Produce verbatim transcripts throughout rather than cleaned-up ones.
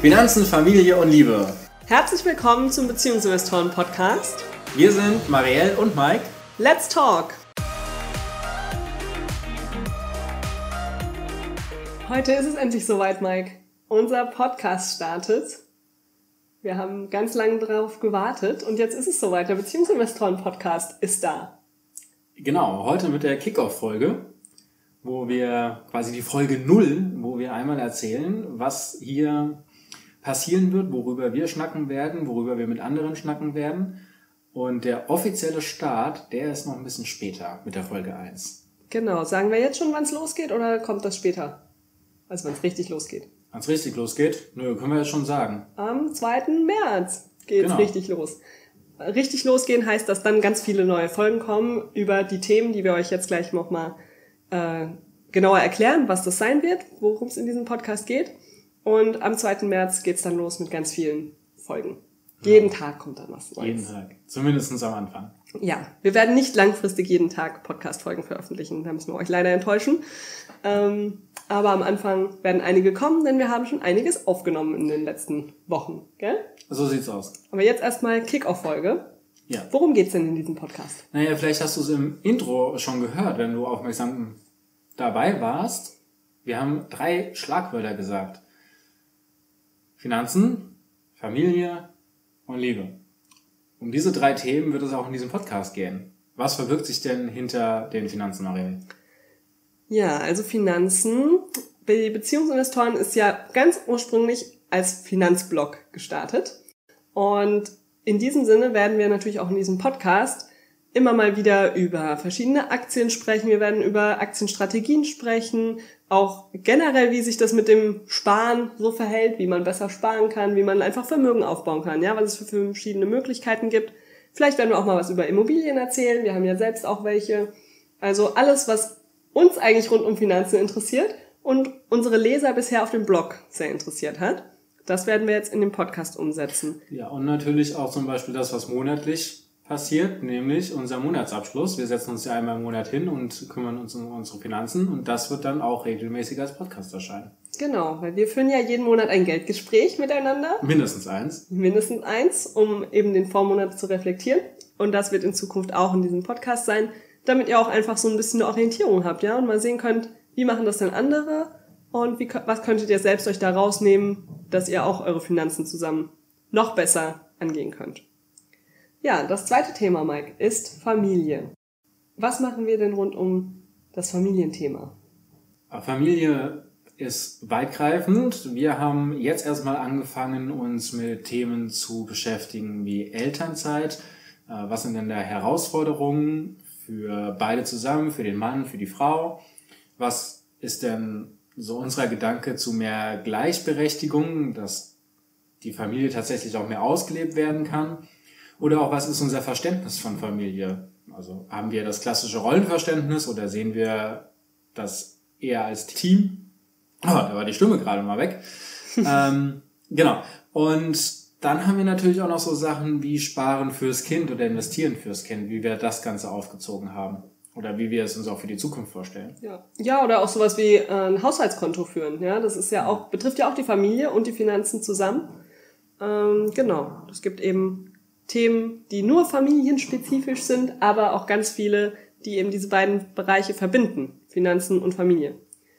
Finanzen, Familie und Liebe. Herzlich willkommen zum Beziehungsinvestoren-Podcast. Wir sind Marielle und Mike. Let's talk! Heute ist es endlich soweit, Mike. Unser Podcast startet. Wir haben ganz lange darauf gewartet und jetzt ist es soweit. Der Beziehungsinvestoren-Podcast ist da. Genau, heute mit der Kickoff-Folge, wo wir quasi die Folge null, wo wir einmal erzählen, was hier passieren wird, worüber wir schnacken werden, worüber wir mit anderen schnacken werden. Und der offizielle Start, der ist noch ein bisschen später mit der Folge eins. Genau, sagen wir jetzt schon, wann es losgeht oder kommt das später? Also wenn es richtig losgeht. Wenn es richtig losgeht? Nö, können wir jetzt schon sagen. Am zweiten März geht's Genau. richtig los. Richtig losgehen heißt, dass dann ganz viele neue Folgen kommen über die Themen, die wir euch jetzt gleich nochmal äh, genauer erklären, was das sein wird, worum es in diesem Podcast geht. Und am zweiten März geht's dann los mit ganz vielen Folgen. Jeden ja. Tag kommt dann was Neues. Jeden Tag. Zumindest am Anfang. Ja, wir werden nicht langfristig jeden Tag Podcast-Folgen veröffentlichen. Da müssen wir euch leider enttäuschen. Ähm, aber am Anfang werden einige kommen, denn wir haben schon einiges aufgenommen in den letzten Wochen. Gell? So sieht's aus. Aber jetzt erstmal Kick-Off-Folge. Ja. Worum geht's denn in diesem Podcast? Naja, vielleicht hast du es im Intro schon gehört, wenn du aufmerksam dabei warst. Wir haben drei Schlagwörter gesagt. Finanzen, Familie und Liebe. Um diese drei Themen wird es auch in diesem Podcast gehen. Was verbirgt sich denn hinter den Finanzen, Marielle? Ja, also Finanzen. Die Beziehungsinvestoren ist ja ganz ursprünglich als Finanzblog gestartet. Und in diesem Sinne werden wir natürlich auch in diesem Podcast immer mal wieder über verschiedene Aktien sprechen. Wir werden über Aktienstrategien sprechen, auch generell, wie sich das mit dem Sparen so verhält, wie man besser sparen kann, wie man einfach Vermögen aufbauen kann, ja, was es für verschiedene Möglichkeiten gibt. Vielleicht werden wir auch mal was über Immobilien erzählen. Wir haben ja selbst auch welche. Also alles, was uns eigentlich rund um Finanzen interessiert und unsere Leser bisher auf dem Blog sehr interessiert hat. Das werden wir jetzt in dem Podcast umsetzen. Ja, und natürlich auch zum Beispiel das, was monatlich passiert, nämlich unser Monatsabschluss. Wir setzen uns ja einmal im Monat hin und kümmern uns um unsere Finanzen und das wird dann auch regelmäßig als Podcast erscheinen. Genau, weil wir führen ja jeden Monat ein Geldgespräch miteinander. Mindestens eins. Mindestens eins, um eben den Vormonat zu reflektieren. Und das wird in Zukunft auch in diesem Podcast sein, damit ihr auch einfach so ein bisschen eine Orientierung habt, ja, und mal sehen könnt, wie machen das denn andere und wie, was könntet ihr selbst euch da rausnehmen, dass ihr auch eure Finanzen zusammen noch besser angehen könnt. Ja, das zweite Thema, Mike, ist Familie. Was machen wir denn rund um das Familienthema? Familie ist weitgreifend. Wir haben jetzt erstmal angefangen, uns mit Themen zu beschäftigen wie Elternzeit. Was sind denn da Herausforderungen für beide zusammen, für den Mann, für die Frau? Was ist denn so unser Gedanke zu mehr Gleichberechtigung, dass die Familie tatsächlich auch mehr ausgelebt werden kann? Oder auch, was ist unser Verständnis von Familie? Also haben wir das klassische Rollenverständnis oder sehen wir das eher als Team? Oh, da war die Stimme gerade mal weg. ähm, genau. Und dann haben wir natürlich auch noch so Sachen wie Sparen fürs Kind oder Investieren fürs Kind, wie wir das Ganze aufgezogen haben. Oder wie wir es uns auch für die Zukunft vorstellen. Ja, ja, oder auch sowas wie äh, ein Haushaltskonto führen. Ja, das ist ja auch, betrifft ja auch die Familie und die Finanzen zusammen. Ähm, genau. Es gibt eben Themen, die nur familienspezifisch sind, aber auch ganz viele, die eben diese beiden Bereiche verbinden. Finanzen und Familie.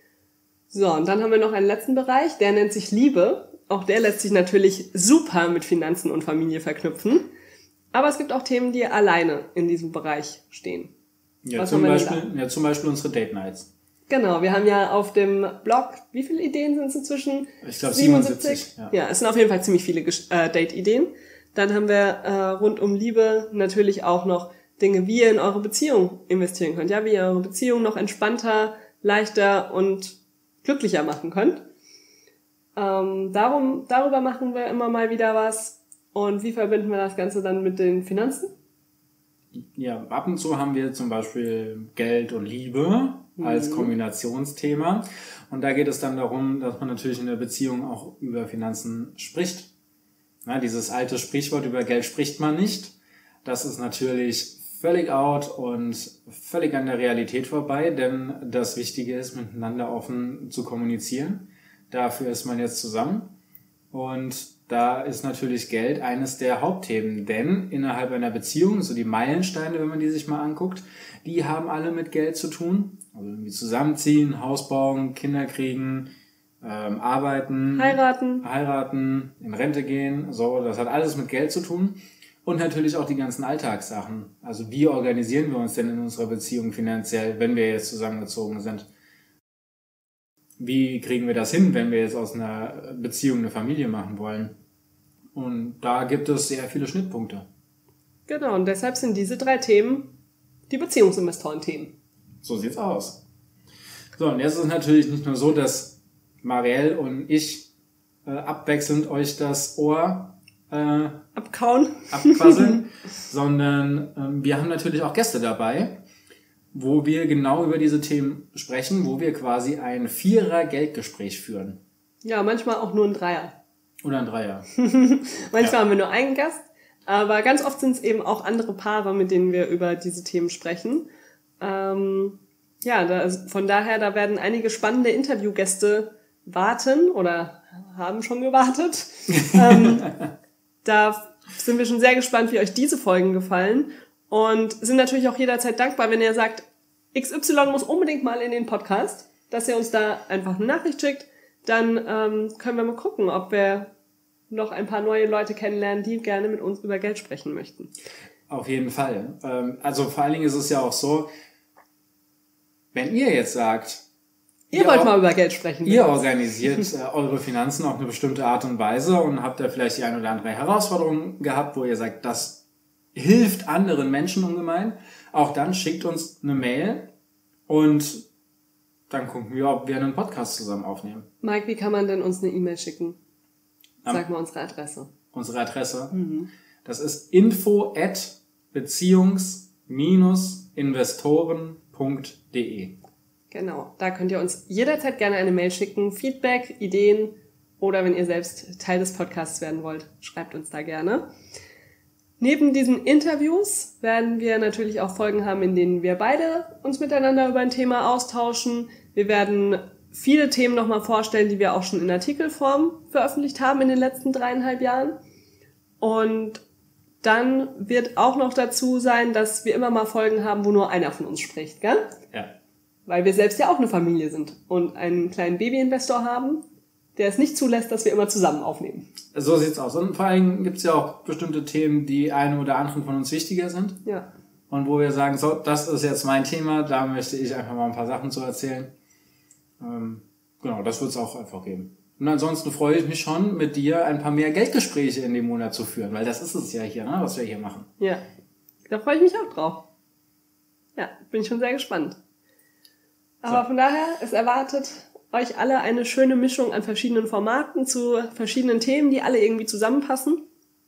So, und dann haben wir noch einen letzten Bereich, der nennt sich Liebe. Auch der lässt sich natürlich super mit Finanzen und Familie verknüpfen. Aber es gibt auch Themen, die alleine in diesem Bereich stehen. Ja, zum Beispiel, ja, zum Beispiel unsere Date Nights. Genau, wir haben ja auf dem Blog, wie viele Ideen sind es inzwischen? Ich glaube siebenundsiebzig. Ja. ja, es sind auf jeden Fall ziemlich viele äh, Date-Ideen. Dann haben wir äh, rund um Liebe natürlich auch noch Dinge, wie ihr in eure Beziehung investieren könnt. Ja, wie ihr eure Beziehung noch entspannter, leichter und glücklicher machen könnt. Ähm, darum, darüber machen wir immer mal wieder was. Und wie verbinden wir das Ganze dann mit den Finanzen? Ja, ab und zu haben wir zum Beispiel Geld und Liebe als mhm. Kombinationsthema. Und da geht es dann darum, dass man natürlich in der Beziehung auch über Finanzen spricht. Ja, dieses alte Sprichwort, über Geld spricht man nicht. Das ist natürlich völlig out und völlig an der Realität vorbei, denn das Wichtige ist, miteinander offen zu kommunizieren. Dafür ist man jetzt zusammen. Und da ist natürlich Geld eines der Hauptthemen, denn innerhalb einer Beziehung, so die Meilensteine, wenn man die sich mal anguckt, die haben alle mit Geld zu tun. Also irgendwie zusammenziehen, Haus bauen, Kinder kriegen, ähm, arbeiten, Heiraten. heiraten, in Rente gehen, so, das hat alles mit Geld zu tun. Und natürlich auch die ganzen Alltagssachen. Also wie organisieren wir uns denn in unserer Beziehung finanziell, wenn wir jetzt zusammengezogen sind? Wie kriegen wir das hin, wenn wir jetzt aus einer Beziehung eine Familie machen wollen? Und da gibt es sehr viele Schnittpunkte. Genau, und deshalb sind diese drei Themen die Beziehungsinvestoren-Themen. So sieht's aus. So, und jetzt ist es natürlich nicht nur so, dass Marielle und ich äh, abwechselnd euch das Ohr äh, abkauen, abquasseln, sondern ähm, wir haben natürlich auch Gäste dabei, wo wir genau über diese Themen sprechen, wo wir quasi ein Vierer-Geldgespräch führen. Ja, manchmal auch nur ein Dreier. Oder ein Dreier. Manchmal Ja. haben wir nur einen Gast, aber ganz oft sind es eben auch andere Paare, mit denen wir über diese Themen sprechen. Ähm, ja, da, von daher, da werden einige spannende Interviewgäste warten oder haben schon gewartet. ähm, da sind wir schon sehr gespannt, wie euch diese Folgen gefallen und sind natürlich auch jederzeit dankbar, wenn ihr sagt, X Y muss unbedingt mal in den Podcast, dass ihr uns da einfach eine Nachricht schickt. Dann ähm, können wir mal gucken, ob wir noch ein paar neue Leute kennenlernen, die gerne mit uns über Geld sprechen möchten. Auf jeden Fall. Ähm, also vor allen Dingen ist es ja auch so, wenn ihr jetzt sagt, Ihr, ihr wollt auch, mal über Geld sprechen. ihr organisiert äh, eure Finanzen auf eine bestimmte Art und Weise und habt da vielleicht die ein oder andere Herausforderung gehabt, wo ihr sagt, das hilft anderen Menschen ungemein, auch dann schickt uns eine Mail und dann gucken wir, ob wir einen Podcast zusammen aufnehmen. Mike, wie kann man denn uns eine E-Mail schicken? Sag mal unsere Adresse. Unsere Adresse, Mhm. das ist info at beziehungs investoren punkt de. Genau, da könnt ihr uns jederzeit gerne eine Mail schicken, Feedback, Ideen oder wenn ihr selbst Teil des Podcasts werden wollt, schreibt uns da gerne. Neben diesen Interviews werden wir natürlich auch Folgen haben, in denen wir beide uns miteinander über ein Thema austauschen. Wir werden viele Themen nochmal vorstellen, die wir auch schon in Artikelform veröffentlicht haben in den letzten dreieinhalb Jahren. Und dann wird auch noch dazu sein, dass wir immer mal Folgen haben, wo nur einer von uns spricht, gell? Ja. Weil wir selbst ja auch eine Familie sind und einen kleinen Babyinvestor haben, der es nicht zulässt, dass wir immer zusammen aufnehmen. So sieht's aus. Und vor allem gibt's ja auch bestimmte Themen, die einem oder anderen von uns wichtiger sind. Ja. Und wo wir sagen, so, das ist jetzt mein Thema, da möchte ich einfach mal ein paar Sachen zu erzählen. Ähm, genau, das wird's auch einfach geben. Und ansonsten freue ich mich schon, mit dir ein paar mehr Geldgespräche in dem Monat zu führen, weil das ist es ja hier, ne, was wir hier machen. Ja. Da freue ich mich auch drauf. Ja, bin ich schon sehr gespannt. Aber So. von daher, es erwartet euch alle eine schöne Mischung an verschiedenen Formaten zu verschiedenen Themen, die alle irgendwie zusammenpassen.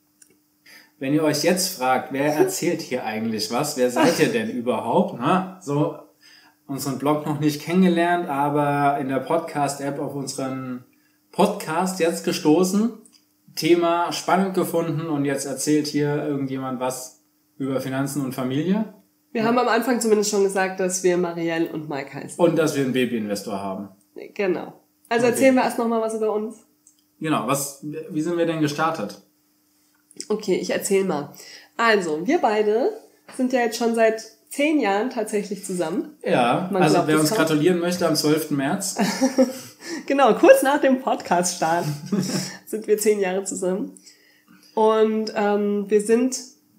Wenn ihr euch jetzt fragt, wer erzählt hier eigentlich was? Wer seid ihr denn überhaupt? Na, so unseren Blog noch nicht kennengelernt, aber in der Podcast-App auf unseren Podcast jetzt gestoßen. Thema spannend gefunden und jetzt erzählt hier irgendjemand was über Finanzen und Familie. Wir haben am Anfang zumindest schon gesagt, dass wir Marielle und Mike heißen. Und dass wir einen Babyinvestor haben. Genau. Also Okay. erzählen wir erst nochmal was über uns. Genau, was, wie sind wir denn gestartet? Okay, ich erzähl mal. Also, wir beide sind ja jetzt schon seit zehn Jahren tatsächlich zusammen. Ja, Man also glaubt wer es uns kaum. gratulieren möchte am zwölften März. Genau, kurz nach dem Podcast-Start sind wir zehn Jahre zusammen. Und ähm, wir sind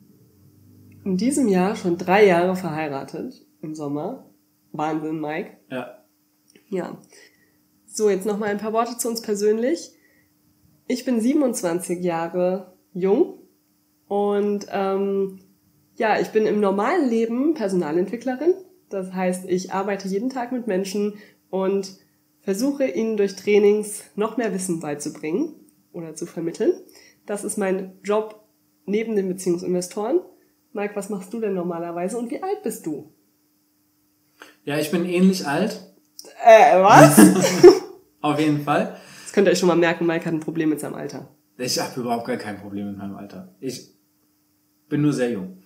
in diesem Jahr schon drei Jahre verheiratet im Sommer. Wahnsinn, Mike. Ja. Ja. So, jetzt noch mal ein paar Worte zu uns persönlich. Ich bin siebenundzwanzig Jahre jung und ähm, ja, ich bin im normalen Leben Personalentwicklerin. Das heißt, ich arbeite jeden Tag mit Menschen und versuche ihnen durch Trainings noch mehr Wissen beizubringen oder zu vermitteln. Das ist mein Job neben den Beziehungsinvestoren. Mike, was machst du denn normalerweise und wie alt bist du? Ja, ich bin ähnlich alt. Äh, was? Auf jeden Fall. Das könnt ihr euch schon mal merken, Mike hat ein Problem mit seinem Alter. Ich habe überhaupt gar kein Problem mit meinem Alter. Ich bin nur sehr jung.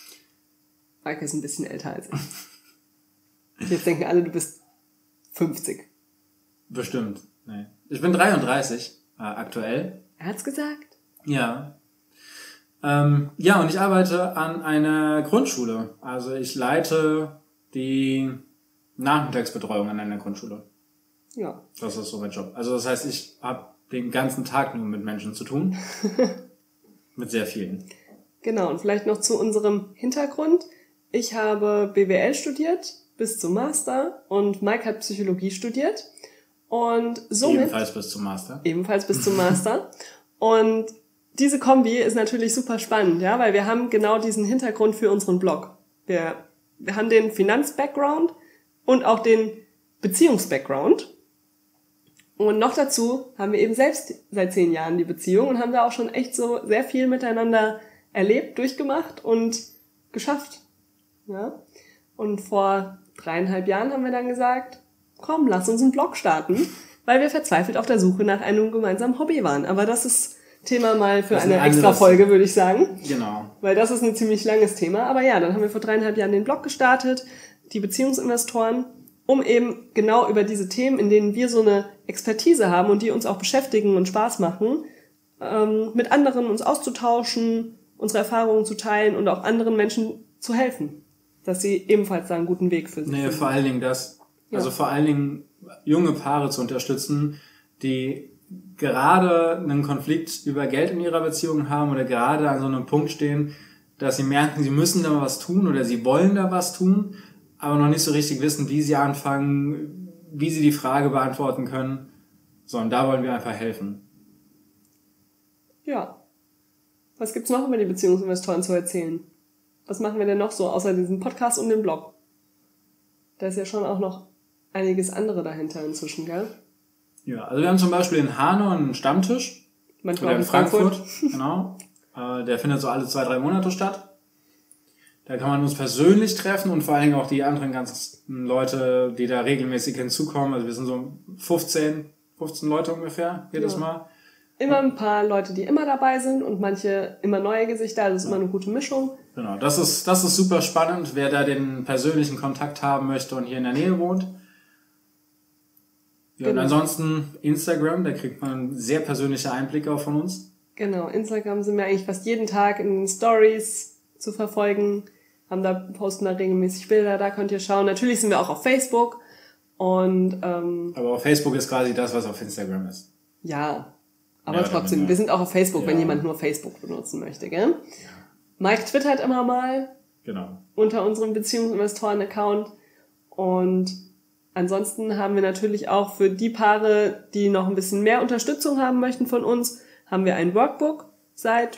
Mike ist ein bisschen älter als ich. Jetzt denken alle, du bist fünfzig. Bestimmt. Nee. Ich bin dreiunddreißig äh, aktuell. Er hat's gesagt. Ja. Ähm, ja, und ich arbeite an einer Grundschule. Also ich leite die Nachmittagsbetreuung an einer Grundschule. Ja. Das ist so mein Job. Also das heißt, ich habe den ganzen Tag nur mit Menschen zu tun. Mit sehr vielen. Genau, und vielleicht noch zu unserem Hintergrund. Ich habe B W L studiert bis zum Master und Mike hat Psychologie studiert. Und somit... Ebenfalls bis zum Master. Ebenfalls bis zum Master. Und diese Kombi ist natürlich super spannend, ja, weil wir haben genau diesen Hintergrund für unseren Blog. Wir, wir haben den Finanz-Background und auch den Beziehungs-Background. Und noch dazu haben wir eben selbst seit zehn Jahren die Beziehung und haben da auch schon echt so sehr viel miteinander erlebt, durchgemacht und geschafft. Ja? Und vor dreieinhalb Jahren haben wir dann gesagt, komm, lass uns einen Blog starten, weil wir verzweifelt auf der Suche nach einem gemeinsamen Hobby waren. Aber das ist Thema mal für eine extra Folge, würde ich sagen. Genau. Weil das ist ein ziemlich langes Thema. Aber ja, dann haben wir vor dreieinhalb Jahren den Blog gestartet, die Beziehungsinvestoren, um eben genau über diese Themen, in denen wir so eine Expertise haben und die uns auch beschäftigen und Spaß machen, ähm, mit anderen uns auszutauschen, unsere Erfahrungen zu teilen und auch anderen Menschen zu helfen, dass sie ebenfalls da einen guten Weg für sich Nee, finden. vor allen Dingen das. Ja. Also vor allen Dingen junge Paare zu unterstützen, die gerade einen Konflikt über Geld in ihrer Beziehung haben oder gerade an so einem Punkt stehen, dass sie merken, sie müssen da was tun oder sie wollen da was tun, aber noch nicht so richtig wissen, wie sie anfangen, wie sie die Frage beantworten können. So, und da wollen wir einfach helfen. Ja. Was gibt's noch über die Beziehungsinvestoren zu erzählen? Was machen wir denn noch so, außer diesem Podcast und dem Blog? Da ist ja schon auch noch einiges andere dahinter inzwischen, gell? Ja, also wir haben zum Beispiel in Hanau einen Stammtisch. Manchmal Oder in in Frankfurt. Frankfurt, genau. Äh, der findet so alle zwei, drei Monate statt. Da kann man uns persönlich treffen und vor allen Dingen auch die anderen ganzen Leute, die da regelmäßig hinzukommen. Also wir sind so fünfzehn, fünfzehn Leute ungefähr jedes Ja. Mal. Immer ein paar Leute, die immer dabei sind und manche immer neue Gesichter. Also es ist immer eine gute Mischung. Genau, das ist, das ist super spannend, wer da den persönlichen Kontakt haben möchte und hier in der Nähe wohnt. Ja, Genau. und ansonsten Instagram, da kriegt man sehr persönliche Einblicke auch von uns. Genau, Instagram sind wir eigentlich fast jeden Tag in den Stories zu verfolgen. Haben da, posten da regelmäßig Bilder, da könnt ihr schauen. Natürlich sind wir auch auf Facebook. Und ähm, Aber auf Facebook ist quasi das, was auf Instagram ist. ja, aber Ja, trotzdem, dann, ja. wir sind auch auf Facebook, wenn Ja. jemand nur Facebook benutzen möchte, gell? Mike twittert immer mal Genau. unter unserem Beziehungsinvestoren-Account. Und ansonsten haben wir natürlich auch für die Paare, die noch ein bisschen mehr Unterstützung haben möchten von uns, haben wir ein Workbook seit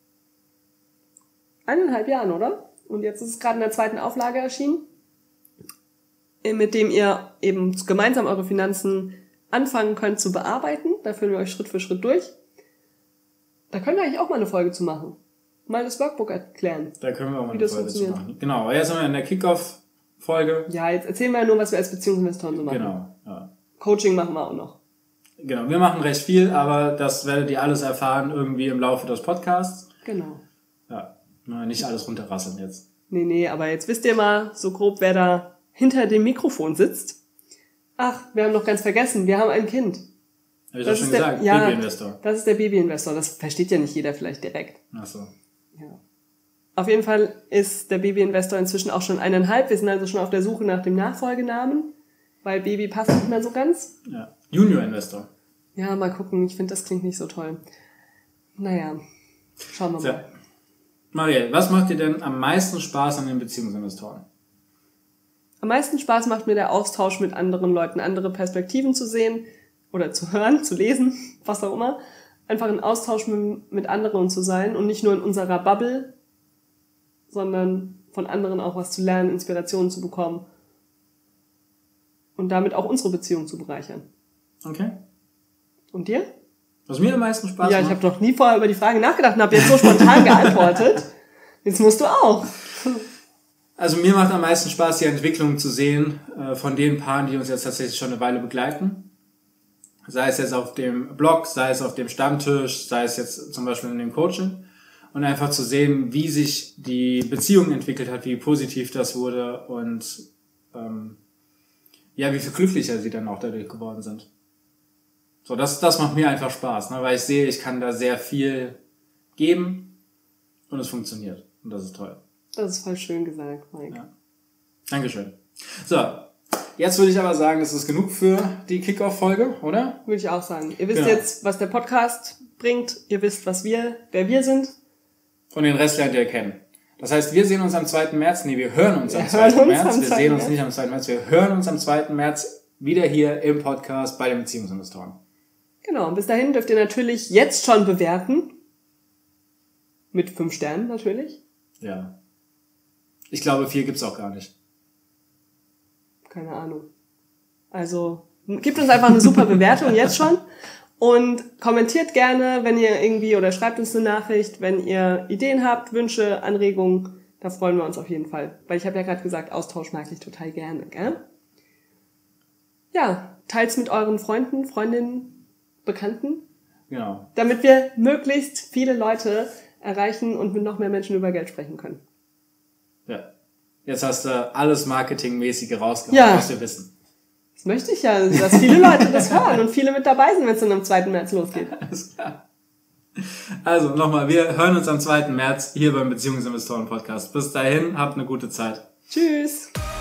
eineinhalb Jahren, oder? Und jetzt ist es gerade in der zweiten Auflage erschienen, mit dem ihr eben gemeinsam eure Finanzen anfangen könnt zu bearbeiten. Da führen wir euch Schritt für Schritt durch. Da können wir eigentlich auch mal eine Folge zu machen. Mal das Workbook erklären. Da können wir auch mal Wie eine das Folge zu funktioniert. machen. Genau, aber jetzt sind wir in der Kickoff-Folge. Ja, jetzt erzählen wir ja nur, was wir als Beziehungsinvestoren so machen. Genau, ja. Coaching machen wir auch noch. Genau, wir machen recht viel, aber das werdet ihr alles erfahren irgendwie im Laufe des Podcasts. Genau. Ja, nur nicht alles runterrasseln jetzt. Nee, nee, aber jetzt wisst ihr mal so grob, wer da hinter dem Mikrofon sitzt. Ach, wir haben noch ganz vergessen, wir haben ein Kind. Habe ich Das doch schon ist der- gesagt, ja. Babyinvestor. Das ist der Babyinvestor. Das versteht ja nicht jeder vielleicht direkt. Ach so. Ja. Auf jeden Fall ist der Babyinvestor inzwischen auch schon eineinhalb. Wir sind also schon auf der Suche nach dem Nachfolgenamen, weil Baby passt nicht mehr so ganz. Ja. Junior-Investor. Ja, mal gucken. Ich finde, das klingt nicht so toll. Naja, schauen wir So. mal. Marielle, was macht dir denn am meisten Spaß an den Beziehungsinvestoren? Am meisten Spaß macht mir der Austausch mit anderen Leuten, andere Perspektiven zu sehen oder zu hören, zu lesen, was auch immer. Einfach ein Austausch mit, mit anderen zu sein und nicht nur in unserer Bubble, sondern von anderen auch was zu lernen, Inspirationen zu bekommen und damit auch unsere Beziehung zu bereichern. Okay. Und dir? Was mir am meisten Spaß Ja, ich macht? habe noch nie vorher über die Frage nachgedacht und habe jetzt so spontan geantwortet. Jetzt musst du auch. Also mir macht am meisten Spaß, die Entwicklung zu sehen äh, von den Paaren, die uns jetzt tatsächlich schon eine Weile begleiten. Sei es jetzt auf dem Blog, sei es auf dem Stammtisch, sei es jetzt zum Beispiel in dem Coaching. Und einfach zu sehen, wie sich die Beziehung entwickelt hat, wie positiv das wurde und ähm, ja, wie viel glücklicher sie dann auch dadurch geworden sind. So, das, das macht mir einfach Spaß, ne? Weil ich sehe, ich kann da sehr viel geben und es funktioniert. Und das ist toll. Das ist voll schön gesagt, Mike. Ja. Dankeschön. So, jetzt würde ich aber sagen, das ist genug für die Kickoff-Folge, oder? Würde ich auch sagen. Ihr wisst Genau. jetzt, was der Podcast bringt. Ihr wisst, was wir, wer wir sind. Und den Rest lernt ihr kennen. Das heißt, wir sehen uns am zweiten März. Nee, wir hören uns Wir am hören zweiten uns März. am Wir zweiten sehen uns März. nicht am zweiten März. Wir hören uns am zweiten März wieder hier im Podcast bei den Beziehungsinvestoren. Genau, und bis dahin dürft ihr natürlich jetzt schon bewerten. Mit fünf Sternen natürlich. Ja. Ich glaube, vier gibt's auch gar nicht. Keine Ahnung. Also, gebt uns einfach eine super Bewertung jetzt schon. Und kommentiert gerne, wenn ihr irgendwie, oder schreibt uns eine Nachricht, wenn ihr Ideen habt, Wünsche, Anregungen. Da freuen wir uns auf jeden Fall. Weil ich habe ja gerade gesagt, Austausch mag ich total gerne, gell? Ja, teilt's mit euren Freunden, Freundinnen, Bekannten, Genau. damit wir möglichst viele Leute erreichen und mit noch mehr Menschen über Geld sprechen können. Ja. Jetzt hast du alles Marketingmäßige rausgehauen, Ja. was wir wissen. Das möchte ich ja, dass viele Leute das hören und viele mit dabei sind, wenn es dann am zweiten März losgeht. Alles klar. Also nochmal, wir hören uns am zweiten März hier beim Beziehungsinvestoren Podcast. Bis dahin, habt eine gute Zeit. Tschüss!